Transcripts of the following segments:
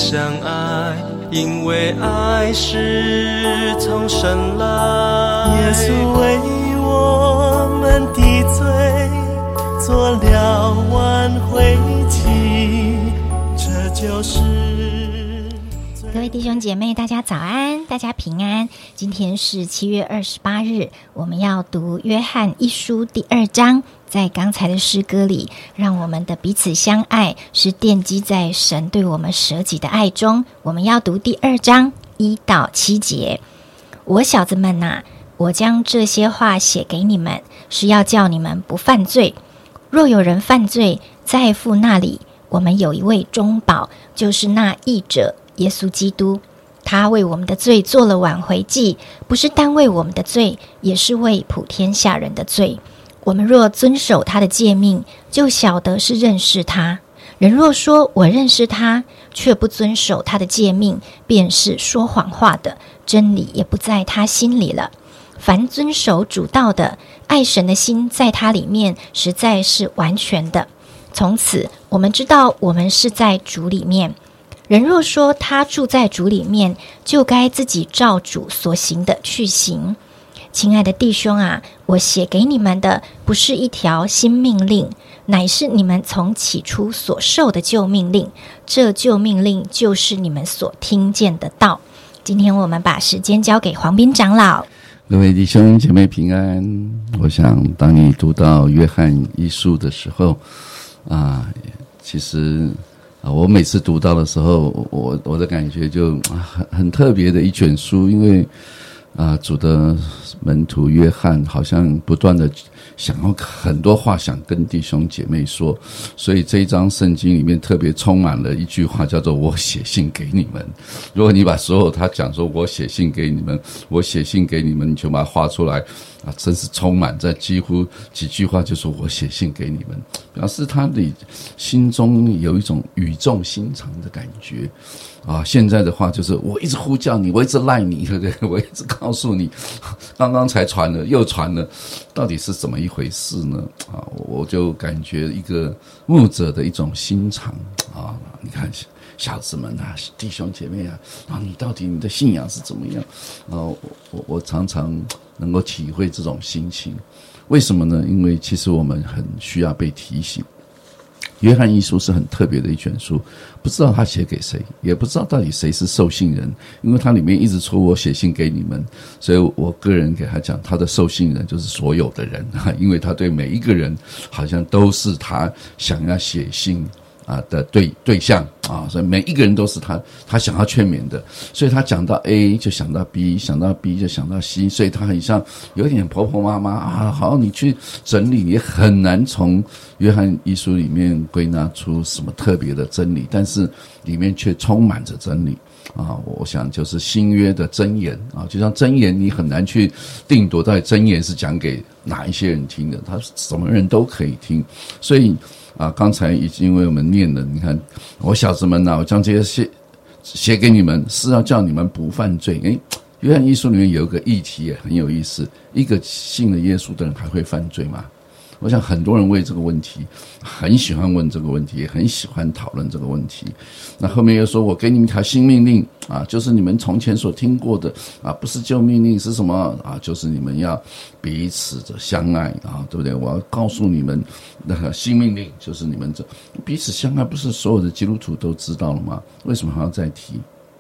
相爱，因为爱是从神来。 耶稣为我们的罪做了挽回祭，这就是各位弟兄姐妹，大家早安，大家平安。今天是7月28日，我们要读约翰一书第2章。在刚才的诗歌里，让我们的彼此相爱是奠基在神对我们舍己的爱中。我们要读第2章1到7节。我小子们啊，我将这些话写给你们，是要叫你们不犯罪。若有人犯罪，在父那里，我们有一位中保，就是那义者耶稣基督。他为我们的罪做了挽回祭，不是单为我们的罪，也是为普天下人的罪。我们若遵守他的诫命，就晓得是认识他。人若说我认识他，却不遵守他的诫命，便是说谎话的，真理也不在他心里了。凡遵守主道的，爱神的心在他里面，实在是完全的。从此我们知道我们是在主里面。人若说他住在主里面，就该自己照主所行的去行。亲爱的弟兄啊，我写给你们的不是一条新命令，乃是你们从起初所受的旧命令。这旧命令就是你们所听见的道。今天我们把时间交给黄斌长老。 各位弟兄姐妹平安。我想当你读到约翰一书的时候其实我每次读到的时候，我的感觉就很特别的一卷书，因为主的门徒约翰好像不断的想要很多话想跟弟兄姐妹说，所以这一章圣经里面特别充满了一句话，叫做我写信给你们。如果你把所有他讲说我写信给你们，我写信给你们，你就把它画出来真是充满在几乎几句话，就说我写信给你们，表示他的心中有一种语重心长的感觉现在的话就是我一直呼叫你，我一直赖你，对不对？我一直告诉你，刚刚才传了又传了，到底是怎么一回事呢？我就感觉一个牧者的一种心肠你看小子们弟兄姐妹你到底你的信仰是怎么样？我常常能够体会这种心情。为什么呢？因为其实我们很需要被提醒。约翰一书是很特别的一卷书，不知道他写给谁，也不知道到底谁是受信人，因为他里面一直说我写信给你们，所以我个人给他讲，他的受信人就是所有的人因为他对每一个人好像都是他想要写信的对象所以每一个人都是他想要劝勉的，所以他讲到 A 就想到 B， 想到 B 就想到 C， 所以他很像有点婆婆妈妈好你去整理，也很难从约翰一书里面归纳出什么特别的真理，但是里面却充满着真理我想就是新约的箴言就像箴言你很难去定夺到底箴言是讲给哪一些人听的，他什么人都可以听，所以刚才已经为我们念了，你看我小子们我将这些写给你们，是要叫你们不犯罪。约翰一书里面有一个议题也很有意思，一个信了耶稣的人还会犯罪吗？我想很多人为这个问题很喜欢问这个问题，也很喜欢讨论这个问题。那后面又说我给你们一条新命令就是你们从前所听过的不是旧命令，是什么就是你们要彼此的相爱对不对？我要告诉你们那个新命令，就是你们这彼此相爱，不是所有的基督徒都知道了吗？为什么还要再提？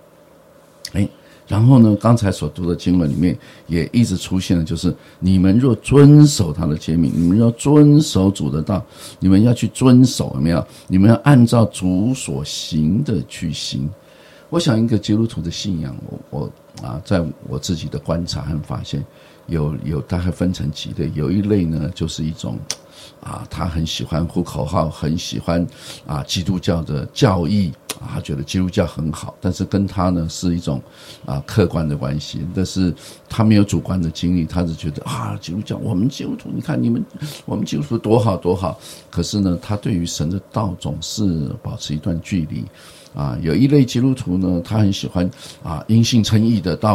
然后呢，刚才所读的经文里面也一直出现的就是你们若遵守他的诫命，你们要遵守主的道，你们要去遵守，有没有？你们要按照主所行的去行。我想一个基督徒的信仰，我在我自己的观察和发现，有大概分成几类。有一类呢，就是一种他很喜欢呼口号，很喜欢基督教的教义他觉得基督教很好，但是跟他呢是一种客观的关系，但是他没有主观的经历，他只觉得基督教，我们基督徒，你看我们基督徒多好多好，可是呢他对于神的道总是保持一段距离有一类基督徒呢，他很喜欢因信称义的道理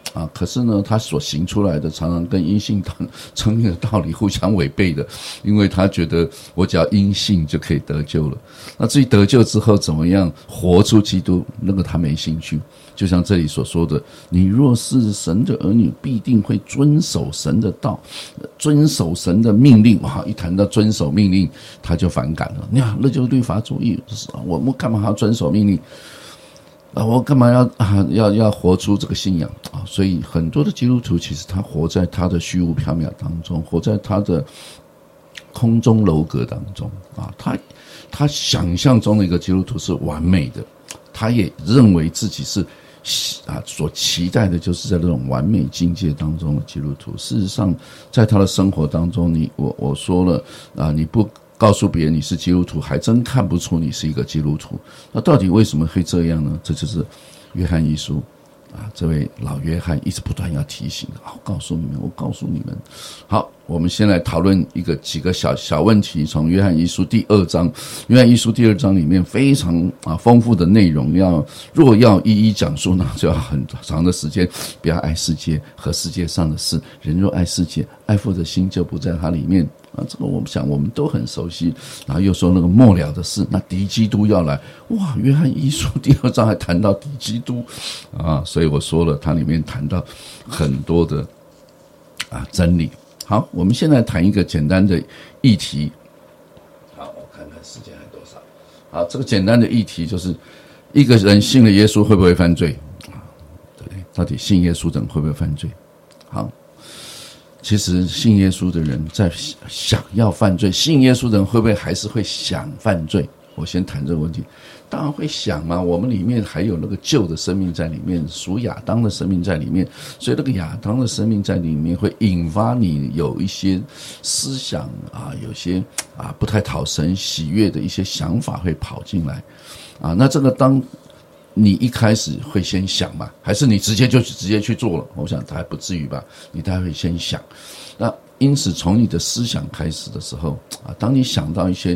可是呢，他所行出来的常常跟因信称义的道理互相违背的，因为他觉得我只要因信就可以得救了。那至于得救之后怎么样活出基督，那个他没兴趣。就像这里所说的，你若是神的儿女，必定会遵守神的道，遵守神的命令。一谈到遵守命令，他就反感了。你看，那就是律法主义，我们干嘛还要遵守命令？我干嘛要活出这个信仰啊？所以很多的基督徒其实他活在他的虚无缥缈当中，活在他的空中楼阁当中啊。他想象中的一个基督徒是完美的，他也认为自己是所期待的就是在这种完美境界当中的基督徒。事实上，在他的生活当中，我说了你不告诉别人你是基督徒，还真看不出你是一个基督徒。那到底为什么会这样呢？这就是约翰一书这位老约翰一直不断要提醒的。我告诉你们。好，我们先来讨论几个小问题。从约翰一书第2章，约翰一书第2章里面非常丰富的内容，若要一一讲述，那就要很长的时间。不要爱世界和世界上的事，人若爱世界，爱父的心就不在它里面。这个我们想我们都很熟悉。然后又说那个末了的事，那敌基督要来。哇，约翰一书第2章还谈到敌基督所以我说了，它里面谈到很多的真理。好，我们现在谈一个简单的议题。好，我看看时间还多少。好，这个简单的议题就是一个人信了耶稣会不会犯罪对，到底信耶稣的人会不会犯罪？好，其实信耶稣的人在想要犯罪，信耶稣的人会不会还是会想犯罪？我先谈这个问题。当然会想嘛，我们里面还有那个旧的生命在里面，属亚当的生命在里面，所以那个亚当的生命在里面会引发你有一些思想有些不太讨神喜悦的一些想法会跑进来那这个当你一开始会先想嘛，还是你直接去做了？我想他还不至于吧，你大概会先想。那因此从你的思想开始的时候当你想到一些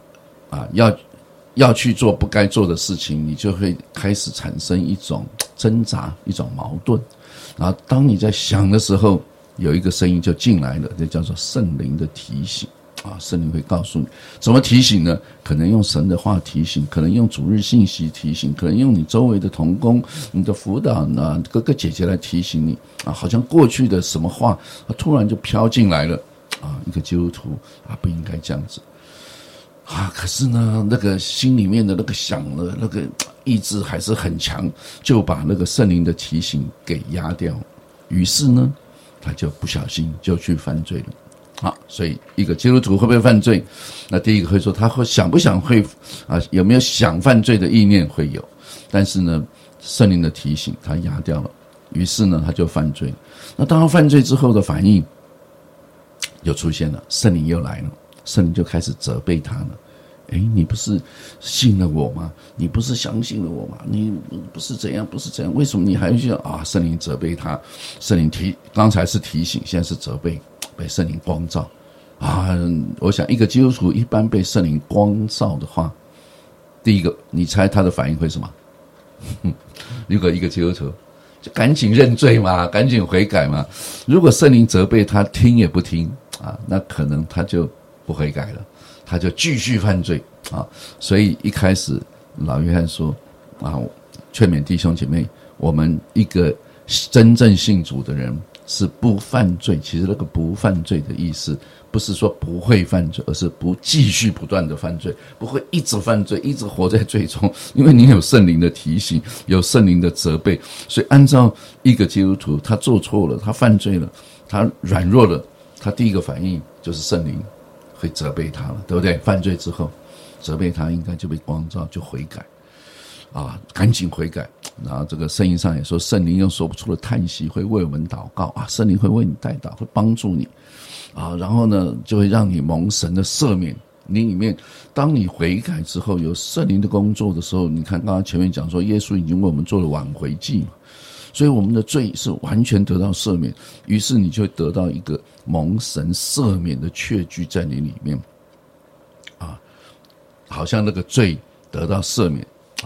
要去做不该做的事情，你就会开始产生一种挣扎，一种矛盾。然后当你在想的时候，有一个声音就进来了，这叫做圣灵的提醒圣灵会告诉你怎么提醒呢？可能用神的话提醒，可能用主日信息提醒，可能用你周围的同工、你的辅导哥哥姐姐来提醒你好像过去的什么话突然就飘进来了一个基督徒不应该这样子可是呢，那个心里面的那个想的那个意志还是很强，就把那个圣灵的提醒给压掉。于是呢，他就不小心就去犯罪了。所以一个基督徒会不会犯罪？那第一个会说他会想不想会有没有想犯罪的意念？会有，但是呢，圣灵的提醒他压掉了，于是呢他就犯罪。那当他犯罪之后的反应又出现了，圣灵又来了。圣灵就开始责备他了。你不是信了我吗？你不是相信了我吗？你不是怎样，为什么你还去圣灵责备他，圣灵刚才是提醒，现在是责备，被圣灵光照我想一个基督徒一般被圣灵光照的话，第一个你猜他的反应会什么？如果一个基督徒就赶紧认罪嘛，赶紧悔改嘛。如果圣灵责备他听也不听那可能他就不悔改了，他就继续犯罪所以一开始老约翰说劝勉弟兄姐妹，我们一个真正信主的人是不犯罪。其实那个不犯罪的意思不是说不会犯罪，而是不继续不断的犯罪，不会一直犯罪，一直活在罪中。因为你有圣灵的提醒，有圣灵的责备，所以按照一个基督徒他做错了，他犯罪了，他软弱了，他第一个反应就是圣灵会责备他了，对不对？犯罪之后责备他，应该就被光照，就悔改赶紧悔改。然后这个圣经上也说，圣灵用说不出的叹息会为我们祷告圣灵会为你代祷，会帮助你然后呢就会让你蒙神的赦免。你里面当你悔改之后，有圣灵的工作的时候，你看刚刚前面讲说耶稣已经为我们做了挽回祭嘛，所以我们的罪是完全得到赦免，于是你就会得到一个蒙神赦免的确据在你里面好像那个罪得到赦免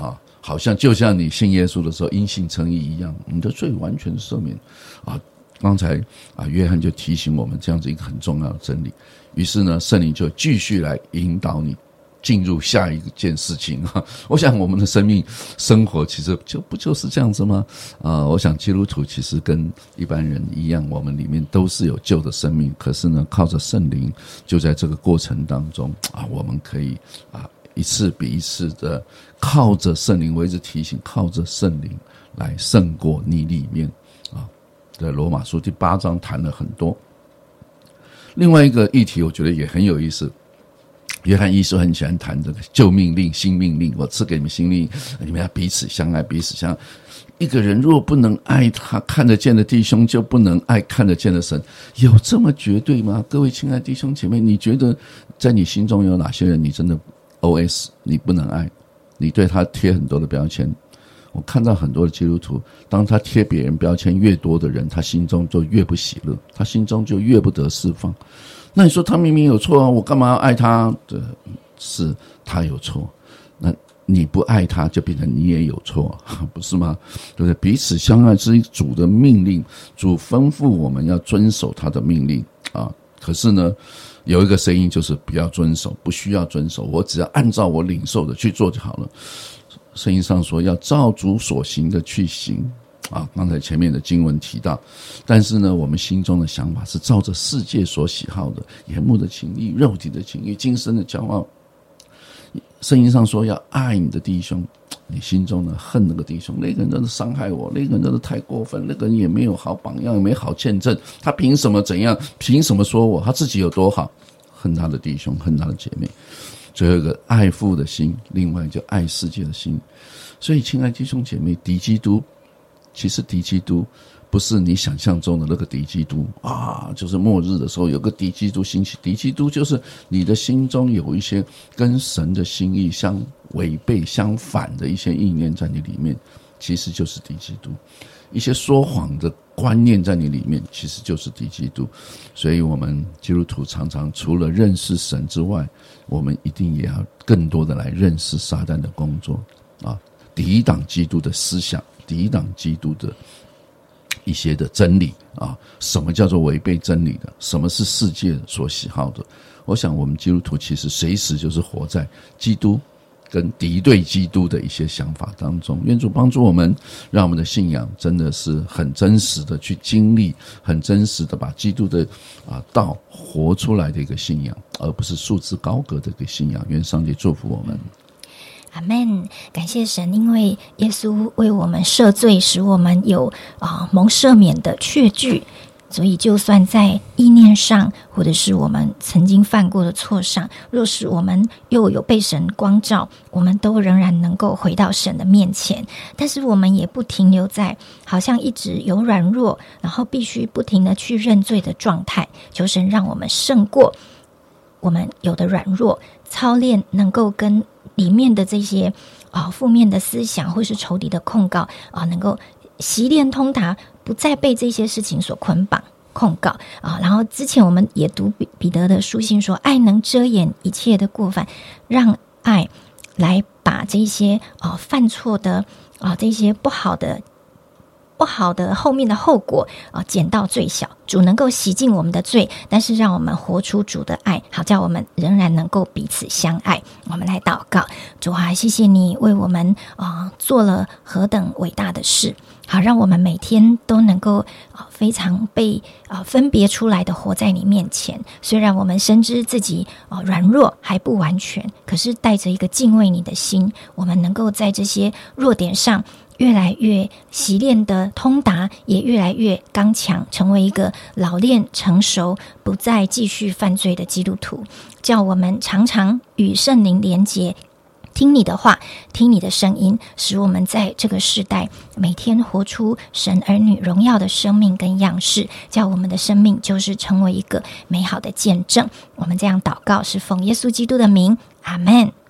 好像就像你信耶稣的时候因信称义一样，你的罪完全赦免啊。刚才约翰就提醒我们这样子一个很重要的真理，于是呢圣灵就继续来引导你进入下一件事情啊。我想我们的生命生活其实不就是这样子吗？我想基督徒其实跟一般人一样，我们里面都是有旧的生命，可是呢靠着圣灵，就在这个过程当中我们可以一次比一次的靠着圣灵，我一直提醒靠着圣灵来胜过你里面在罗马书第8章谈了很多。另外一个议题我觉得也很有意思，约翰一书很喜欢谈这个旧命令新命令，我赐给你们新命令，你们要彼此相爱，彼此相爱。一个人若不能爱他看得见的弟兄，就不能爱看得见的神。有这么绝对吗？各位亲爱的弟兄姐妹，你觉得在你心中有哪些人你真的 OS 你不能爱，你对他贴很多的标签？我看到很多的基督徒，当他贴别人标签越多的人，他心中就越不喜乐，他心中就越不得释放。那你说他明明有错我干嘛要爱他？是他有错，那你不爱他就变成你也有错，不是吗？对不对？彼此相爱是主的命令，主吩咐我们要遵守他的命令可是呢有一个声音就是不要遵守，不需要遵守，我只要按照我领受的去做就好了。圣经上说要照主所行的去行刚才前面的经文提到，但是呢我们心中的想法是照着世界所喜好的，眼目的情欲，肉体的情欲，今生的骄傲。圣经上说要爱你的弟兄，你心中呢恨那个弟兄，那个人真的伤害我，那个人真的太过分，那个人也没有好榜样，也没好见证，他凭什么怎样，凭什么说我，他自己有多好，恨他的弟兄，恨他的姐妹。最后一个爱父的心，另外就爱世界的心。所以亲爱的弟兄姐妹，敌基督其实敌基督不是你想象中的那个敌基督就是末日的时候有个敌基督兴起。敌基督就是你的心中有一些跟神的心意相违背相反的一些意念在你里面，其实就是敌基督。一些说谎的观念在你里面，其实就是敌基督。所以我们基督徒常常除了认识神之外，我们一定也要更多的来认识撒旦的工作抵挡基督的思想，抵挡基督的一些的真理什么叫做违背真理的，什么是世界所喜好的。我想我们基督徒其实随时就是活在基督跟敌对基督的一些想法当中。愿主帮助我们，让我们的信仰真的是很真实的去经历，很真实的把基督的道活出来的一个信仰，而不是束之高阁的一个信仰。愿上帝祝福我们。 阿们，感谢神，因为耶稣为我们赦罪，使我们有蒙赦免的确据，所以就算在意念上，或者是我们曾经犯过的错上，若是我们又有被神光照，我们都仍然能够回到神的面前。但是我们也不停留在好像一直有软弱，然后必须不停的去认罪的状态。求神让我们胜过我们有的软弱，操练能够跟里面的这些负面的思想或是仇敌的控告能够习练通达，不再被这些事情所捆绑控告然后之前我们也读彼得的书信说，爱能遮掩一切的过犯，让爱来把这些犯错的这些不好的后面的后果减到最小。主能够洗净我们的罪，但是让我们活出主的爱，好叫我们仍然能够彼此相爱。我们来祷告。主啊，谢谢你为我们做了何等伟大的事，好让我们每天都能够非常被分别出来的活在你面前。虽然我们深知自己软弱还不完全，可是带着一个敬畏你的心，我们能够在这些弱点上越来越习练的通达，也越来越刚强，成为一个老练成熟，不再继续犯罪的基督徒。叫我们常常与圣灵连结，听你的话，听你的声音，使我们在这个世代每天活出神儿女荣耀的生命跟样式，叫我们的生命就是成为一个美好的见证。我们这样祷告是奉耶稣基督的名，阿们。